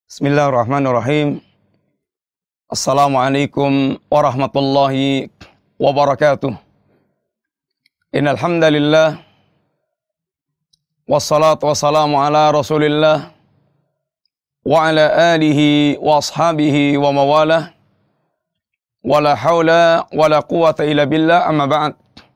Bismillahirrahmanirrahim. Assalamualaikum warahmatullahi wabarakatuh. Innal hamdalillah wassalatu wassalamu ala Rasulillah wa ala alihi wa ashabihi wa mawalah. Wala haula wala quwata illa billah, amma ba'd.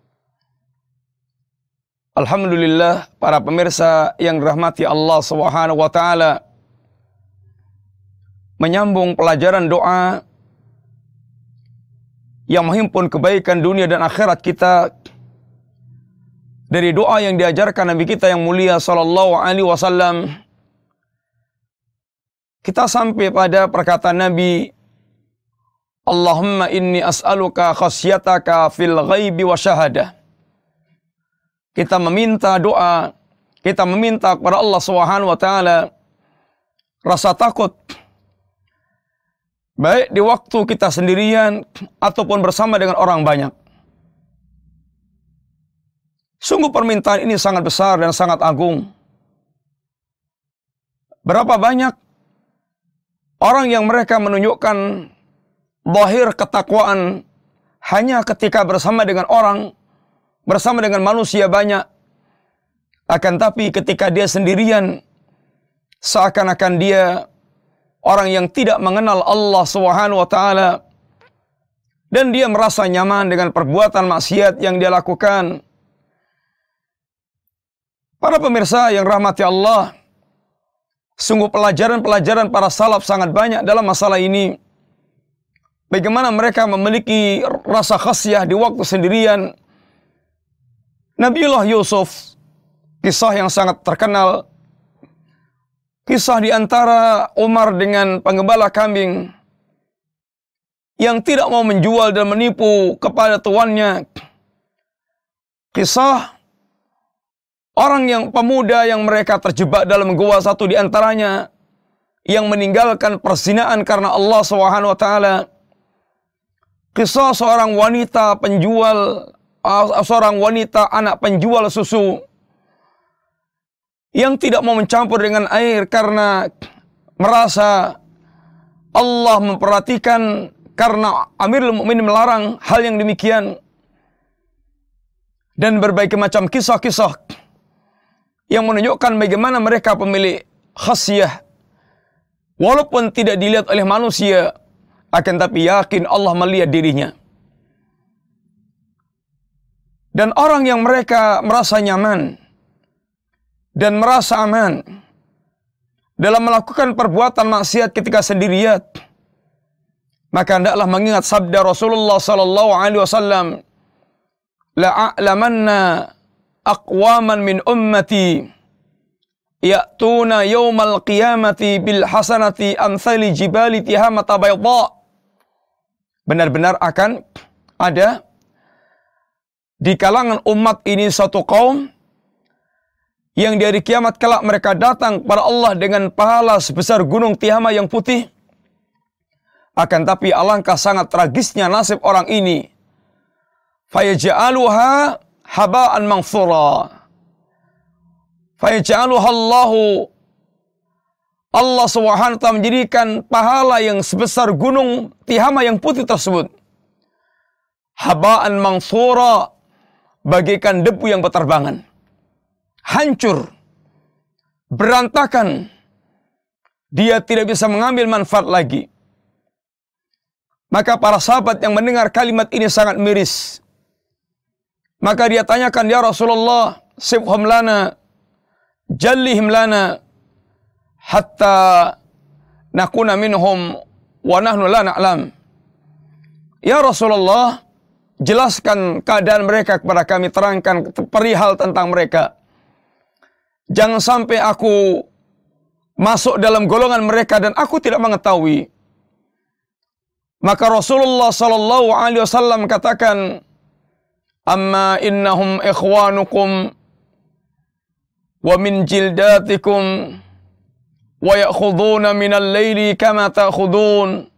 Alhamdulillah, para pemirsa yang dirahmati Allah Subhanahu wa taala, menyambung pelajaran doa yang menghimpun kebaikan dunia dan akhirat kita dari doa yang diajarkan Nabi kita yang mulia sallallahu alaihi wasallam. Kita sampai pada perkataan Nabi, Allahumma inni as'aluka khasyataka fil ghaibi wa syahadah. Kita meminta doa, kita meminta kepada Allah Subhanahu wa taala rasa takut, baik di waktu kita sendirian ataupun bersama dengan orang banyak. Sungguh permintaan ini sangat besar dan sangat agung. Berapa banyak orang yang mereka menunjukkan zahir ketakwaan hanya ketika bersama dengan orang, bersama dengan manusia banyak. Akan tapi ketika dia sendirian, seakan-akan dia orang yang tidak mengenal Allah Subhanahu wa taala, dan dia merasa nyaman dengan perbuatan maksiat yang dia lakukan. Para pemirsa yang rahmati Allah, sungguh pelajaran-pelajaran para salaf sangat banyak dalam masalah ini. Bagaimana mereka memiliki rasa khasyah di waktu sendirian. Nabiullah Yusuf, kisah yang sangat terkenal, kisah di antara Umar dengan penggembala kambing yang tidak mau menjual dan menipu kepada tuannya. Kisah orang yang pemuda yang mereka terjebak dalam gua, satu di antaranya yang meninggalkan perzinaan karena Allah Subhanahu wa taala. Kisah seorang wanita penjual, seorang wanita anak penjual susu yang tidak mau mencampur dengan air karena merasa Allah memperhatikan, karena Amirul Mukminin melarang hal yang demikian. Dan berbagai macam kisah-kisah yang menunjukkan bagaimana mereka pemilik khasyah, walaupun tidak dilihat oleh manusia, akan tapi yakin Allah melihat dirinya. Dan orang yang mereka merasa nyaman dan merasa aman dalam melakukan perbuatan maksiat ketika sendirian, maka hendaklah mengingat sabda Rasulullah sallallahu alaihi wasallam, la a'lamanna aqwaman min ummati ya'tuna yaumal qiyamati bil hasanati amsali jibali tihamata bayda. Benar-benar akan ada di kalangan umat ini satu kaum yang di hari kiamat kelak mereka datang kepada Allah dengan pahala sebesar gunung Tihama yang putih. Akan tapi alangkah sangat tragisnya nasib orang ini. Fayaj'aluha haba'an mansura. Fayaj'aluha Allah Subhanahu wa taala menjadikan pahala yang sebesar gunung Tihama yang putih tersebut haba'an mansura, bagaikan debu yang berterbangan. Hancur, berantakan, dia tidak bisa mengambil manfaat lagi. Maka para sahabat yang mendengar kalimat ini sangat miris. Maka dia tanyakan, ya Rasulullah, sifhum lana, jallihim lana, hatta nakuna minhum wa nahnu la na'lam. Ya Rasulullah, jelaskan keadaan mereka kepada kami, terangkan perihal tentang mereka. Jangan sampai aku masuk dalam golongan mereka dan aku tidak mengetahui. Maka Rasulullah sallallahu alaihi wasallam katakan, amma innahum ikhwanukum wa min jildatikum wa ya'khuduna minal laili kama ta'khudun.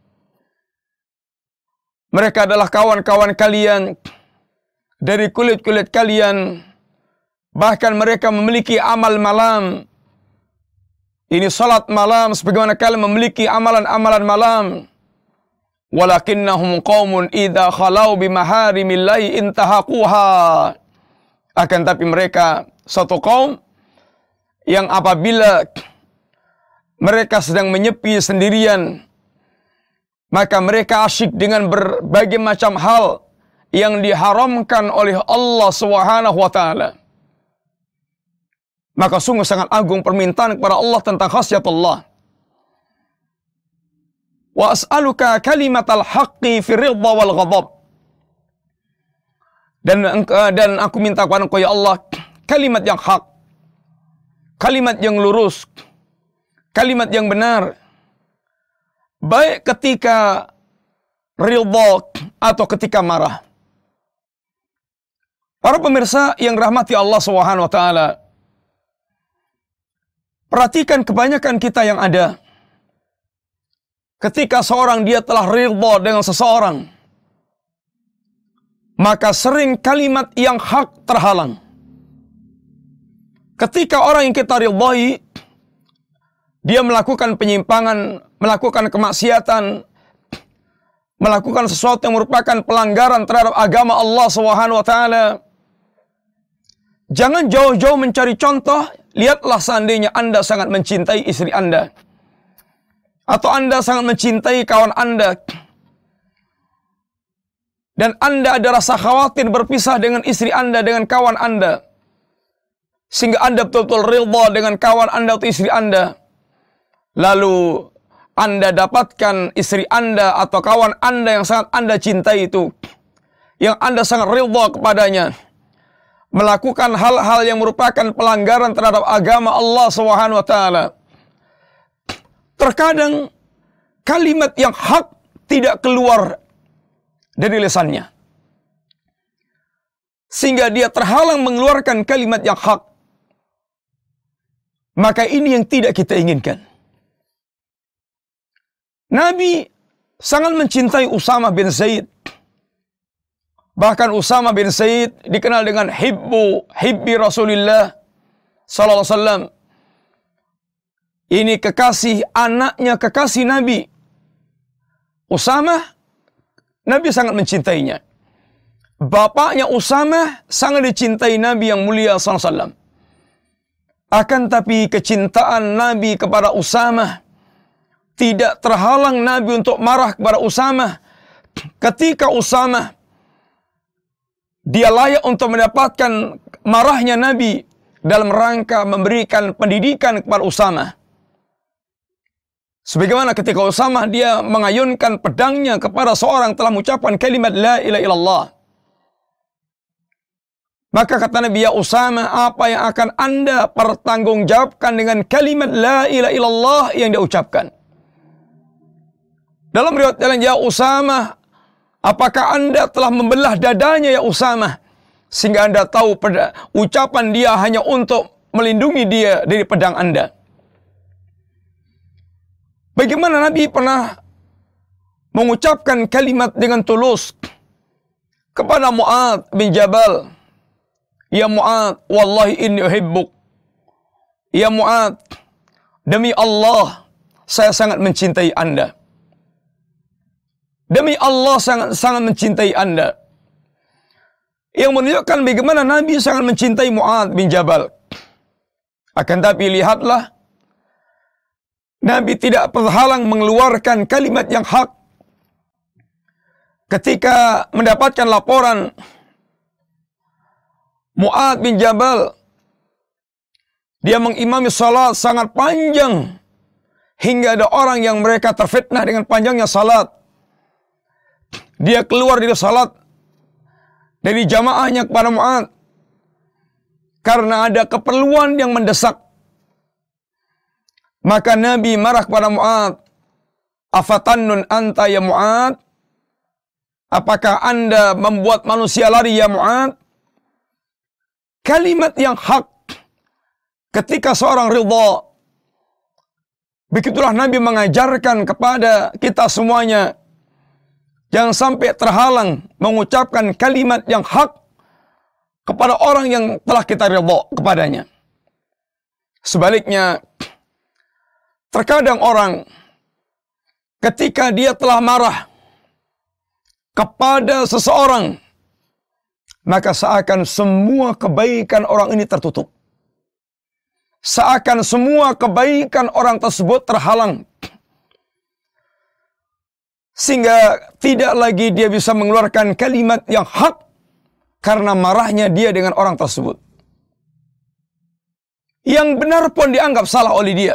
Mereka adalah kawan-kawan kalian dari kulit-kulit kalian. Bahkan mereka memiliki amal malam ini salat malam sebagaimana kalian memiliki amalan-amalan malam. Walakinnahum qaumun idza khalau bimaharimillahi intahaquha. Akan tapi mereka satu kaum yang apabila mereka sedang menyepi sendirian, maka mereka asyik dengan berbagai macam hal yang diharamkan oleh Allah Subhanahu wa taala. Maka sungguh sangat agung permintaan kepada Allah tentang khasiat Allah. Wa as'aluka kalimatal haqqi fi ridha wal ghadab. Dan aku minta kepada Engkau ya Allah kalimat yang hak, kalimat yang lurus, kalimat yang benar, baik ketika ridha atau ketika marah. Para pemirsa yang rahmati Allah Subhanahu wa taala, perhatikan kebanyakan kita yang ada. Ketika seorang dia telah ridha dengan seseorang, maka sering kalimat yang hak terhalang. Ketika orang yang kita ridhai, dia melakukan penyimpangan, melakukan kemaksiatan, melakukan sesuatu yang merupakan pelanggaran terhadap agama Allah Subhanahu wa taala. Jangan jauh-jauh mencari contoh. Lihatlah seandainya Anda sangat mencintai istri Anda, atau Anda sangat mencintai kawan Anda, dan Anda ada rasa khawatir berpisah dengan istri Anda, dengan kawan Anda, sehingga Anda betul-betul ridha dengan kawan Anda atau istri Anda. Lalu Anda dapatkan istri Anda atau kawan Anda yang sangat Anda cintai itu, yang Anda sangat ridha kepadanya, melakukan hal-hal yang merupakan pelanggaran terhadap agama Allah Subhanahu wa taala. Terkadang kalimat yang hak tidak keluar dari lisannya, sehingga dia terhalang mengeluarkan kalimat yang hak. Maka ini yang tidak kita inginkan. Nabi sangat mencintai Usamah bin Zaid. Bahkan Usamah bin Zaid dikenal dengan hibbi Rasulullah sallallahu alaihi wasallam. Ini kekasih anaknya, kekasih Nabi. Usamah, Nabi sangat mencintainya. Bapaknya Usamah sangat dicintai Nabi yang mulia sallallahu alaihi wasallam. Akan tapi kecintaan Nabi kepada Usamah tidak terhalang Nabi untuk marah kepada Usamah ketika Usamah dia layak untuk mendapatkan marahnya Nabi dalam rangka memberikan pendidikan kepada Usamah. Sebagaimana ketika Usamah dia mengayunkan pedangnya kepada seorang telah mengucapkan kalimat la ilaha illallah. Maka kata Nabi, ya Usamah, apa yang akan Anda pertanggungjawabkan dengan kalimat la ilaha illallah yang dia ucapkan? Dalam riwayat lain, ya Usamah, apakah Anda telah membelah dadanya ya Usamah, sehingga Anda tahu ucapan dia hanya untuk melindungi dia dari pedang Anda? Bagaimana Nabi pernah mengucapkan kalimat dengan tulus kepada Mu'adz bin Jabal, ya Mu'adz, wallahi inni uhibbuk. Ya Mu'adz, demi Allah, saya sangat mencintai Anda. Demi Allah, sangat mencintai Anda. Yang menunjukkan bagaimana Nabi sangat mencintai Mu'adz bin Jabal. Akan tapi lihatlah, Nabi tidak terhalang mengeluarkan kalimat yang hak. Ketika mendapatkan laporan Mu'adz bin Jabal, dia mengimami salat sangat panjang, hingga ada orang yang mereka terfitnah dengan panjangnya salat. Dia keluar dari salat, dari jamaahnya kepada Mu'adz, karena ada keperluan yang mendesak. Maka Nabi marah kepada Mu'adz, afatannun anta ya Mu'adz? Apakah Anda membuat manusia lari ya Mu'adz? Kalimat yang hak ketika seorang ridha. Begitulah Nabi mengajarkan kepada kita semuanya, jangan sampai terhalang mengucapkan kalimat yang hak kepada orang yang telah kita ridha kepadanya. Sebaliknya, Terkadang orang ketika dia telah marah kepada seseorang, maka seakan semua kebaikan orang ini tertutup. Seakan semua kebaikan orang tersebut terhalang. Sehingga tidak lagi dia bisa mengeluarkan kalimat yang hak karena marahnya dia dengan orang tersebut. Yang benar pun dianggap salah oleh dia.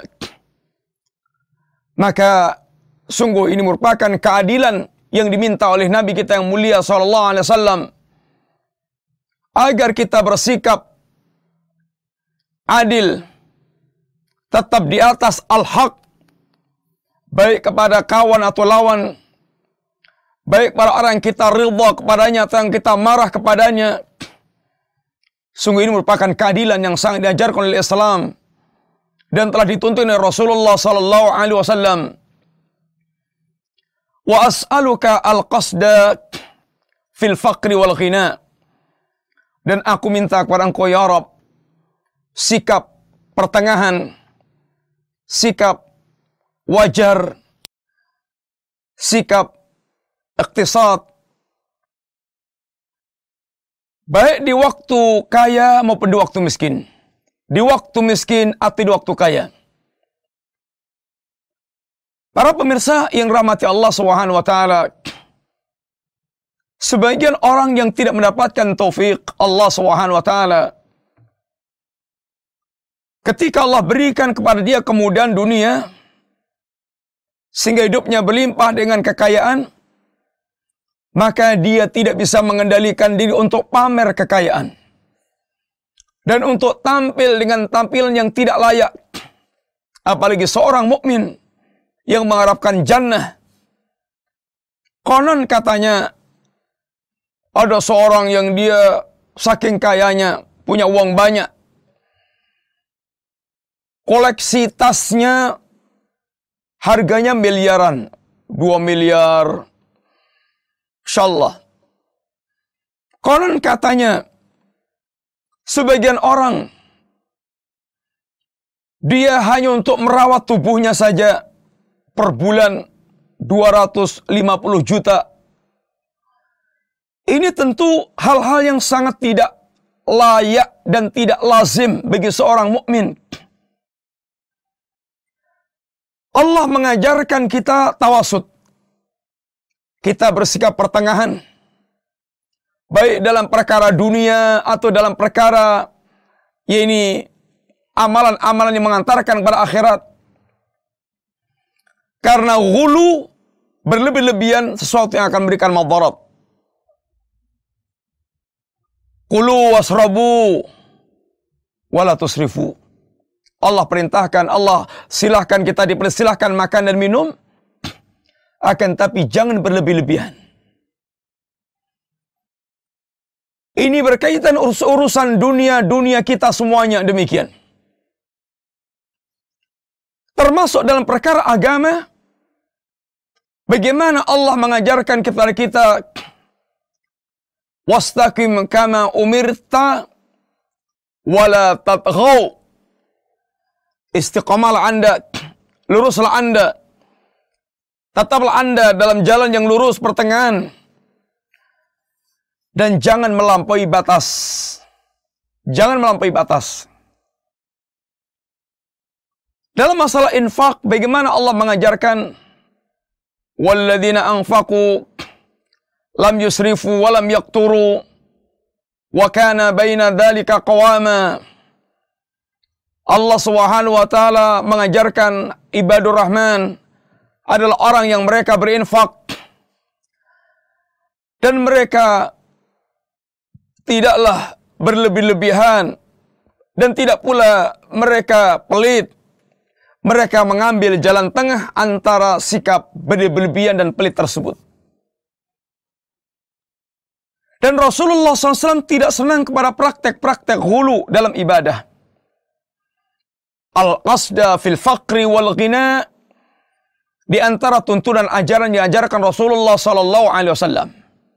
Maka sungguh ini merupakan keadilan yang diminta oleh Nabi kita yang mulia sallallahu alaihi wasallam agar kita bersikap adil, tetap di atas al-haq, baik kepada kawan atau lawan, baik pada orang yang kita ridha kepadanya atau yang kita marah kepadanya. Sungguh ini merupakan keadilan yang sangat diajarkan oleh Islam dan telah dituntun oleh Rasulullah sallallahu alaihi wasallam. Wa as'aluka al-qasda fil faqri wal ghina. Dan aku minta kepada Engkau ya Rabb sikap pertengahan, sikap wajar, sikap iqtisad, baik di waktu kaya maupun di waktu miskin. Di waktu miskin atau di waktu kaya. Para pemirsa yang rahmati Allah Subhanahu wa taala, sebagian orang yang tidak mendapatkan taufik Allah Subhanahu wa taala, ketika Allah berikan kepada dia kemudahan dunia sehingga hidupnya berlimpah dengan kekayaan, maka dia tidak bisa mengendalikan diri untuk pamer kekayaan dan untuk tampil dengan tampilan yang tidak layak. Apalagi seorang mukmin yang mengharapkan jannah. Konon katanya ada seorang yang dia saking kayanya, punya uang banyak, koleksi tasnya harganya miliaran, 2 miliar. Insyaallah. Konon katanya sebagian orang dia hanya untuk merawat tubuhnya saja per bulan 250 juta. Ini tentu hal-hal yang sangat tidak layak dan tidak lazim bagi seorang mukmin. Allah mengajarkan kita tawasud. Kita bersikap pertengahan. Baik dalam perkara dunia atau dalam perkara yakni amalan-amalan yang mengantarkan kepada akhirat. Karena ghulu, berlebih-lebihan, sesuatu yang akan memberikan madarat. Kulu wasrabu wala tusrifu. Allah perintahkan, Allah silahkan kita dipersilahkan makan dan minum, akan tapi jangan berlebih-lebihan. Ini berkaitan urusan dunia kita semuanya demikian. Termasuk dalam perkara agama, bagaimana Allah mengajarkan kepada kita, wastaqim kama umirta wala tatghaw. Istiqamalah Anda, luruslah Anda, tetaplah Anda dalam jalan yang lurus pertengahan, dan jangan melampaui batas. Jangan melampaui batas. Dalam masalah infak, bagaimana Allah mengajarkan, walladzina anfaqu lam yusrifu wa lam yaqturu wa kana baina dzalika qawama. Allah Subhanahu wa taala mengajarkan ibadur rahman adalah orang yang mereka berinfak dan mereka tidaklah berlebih-lebihan dan tidak pula mereka pelit. Mereka mengambil jalan tengah antara sikap berlebihan dan pelit tersebut. Dan Rasulullah SAW tidak senang kepada praktek-praktek ghulu dalam ibadah. Al-qasda fil faqri wal ghina, di antara tuntunan ajaran yang diajarkan Rasulullah SAW.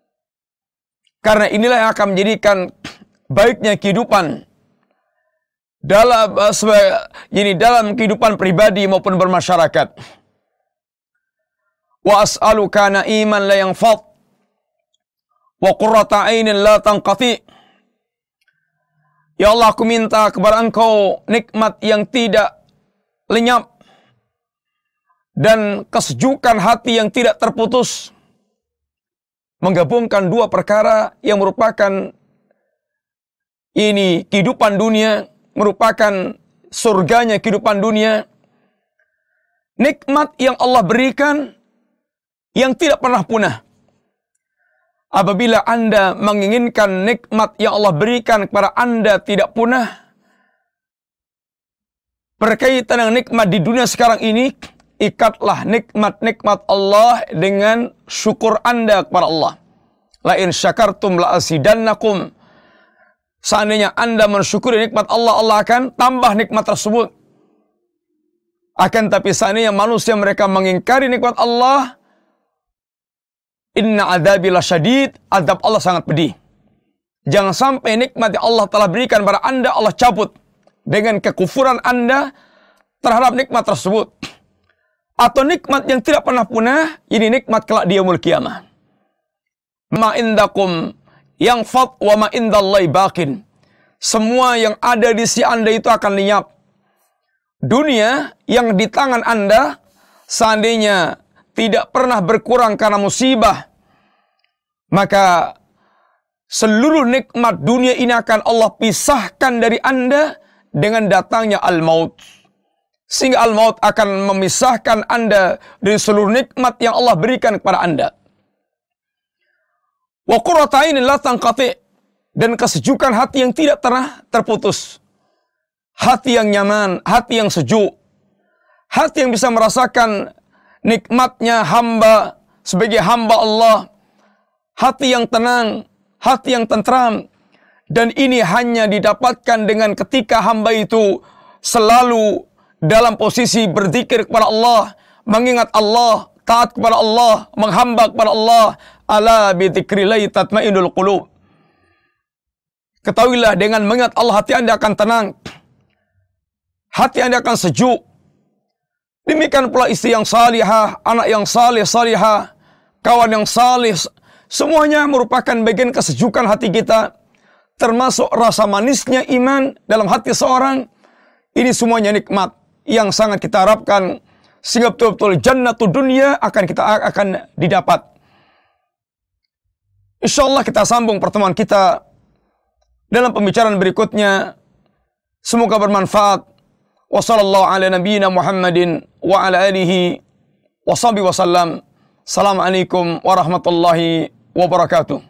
Karena inilah yang akan menjadikan baiknya kehidupan dalam kehidupan pribadi maupun bermasyarakat. Wa as'aluka na'iman la yanfad wa qurrata 'ainin la tanqati. Ya Allah, aku minta kepada Engkau nikmat yang tidak lenyap dan kesejukan hati yang tidak terputus. Menggabungkan dua perkara yang merupakan ini kehidupan dunia, merupakan surganya kehidupan dunia. Nikmat yang Allah berikan yang tidak pernah punah. Apabila Anda menginginkan nikmat yang Allah berikan kepada Anda tidak punah, berkaitan dengan nikmat di dunia sekarang ini, ikatlah nikmat-nikmat Allah dengan syukur Anda kepada Allah. La in syakartum la azidannakum. Seandainya Anda mensyukuri nikmat Allah, Allah akan tambah nikmat tersebut. Akan tapi seandainya manusia mereka mengingkari nikmat Allah, inna adzabi lasyadid, azab Allah sangat pedih. Jangan sampai nikmat yang Allah telah berikan pada Anda Allah cabut dengan kekufuran Anda terhadap nikmat tersebut. Atau nikmat yang tidak pernah punah, ini nikmat kelak di yaumul qiyamah. Ma indakum yang fad wa ma indallahi baqin. Semua yang ada di sisi Anda itu akan lenyap. Dunia yang di tangan Anda seandainya tidak pernah berkurang karena musibah, maka seluruh nikmat dunia ini akan Allah pisahkan dari Anda dengan datangnya al-maut. Sehingga al-maut akan memisahkan Anda dari seluruh nikmat yang Allah berikan kepada Anda. Wa qurrata 'ainin la tanqati, dan kesejukan hati yang tidak pernah terputus. Hati yang nyaman, hati yang sejuk. Hati yang bisa merasakan nikmatnya hamba sebagai hamba Allah. Hati yang tenang, hati yang tentram. Dan ini hanya didapatkan dengan ketika hamba itu selalu dalam posisi berzikir kepada Allah, mengingat Allah, taat kepada Allah, menghamba kepada Allah. Ala bi dzikrillah tatmainnul qulub. Ketahuilah, dengan mengingat Allah hati Anda akan tenang. Hati Anda akan sejuk. Demikian pula istri yang salihah, anak yang salih, salihah, kawan yang salih. Semuanya merupakan bagian kesejukan hati kita. Termasuk rasa manisnya iman dalam hati seorang. Ini semuanya nikmat yang sangat kita harapkan. Sehingga betul-betul jannatul dunia akan didapat. InsyaAllah kita sambung pertemuan kita dalam pembicaraan berikutnya. Semoga bermanfaat. Wa sallallahu ala nabiyyina Muhammadin wa ala alihi wa sahbihi wa sallam. Assalamualaikum warahmatullahi wabarakatuh.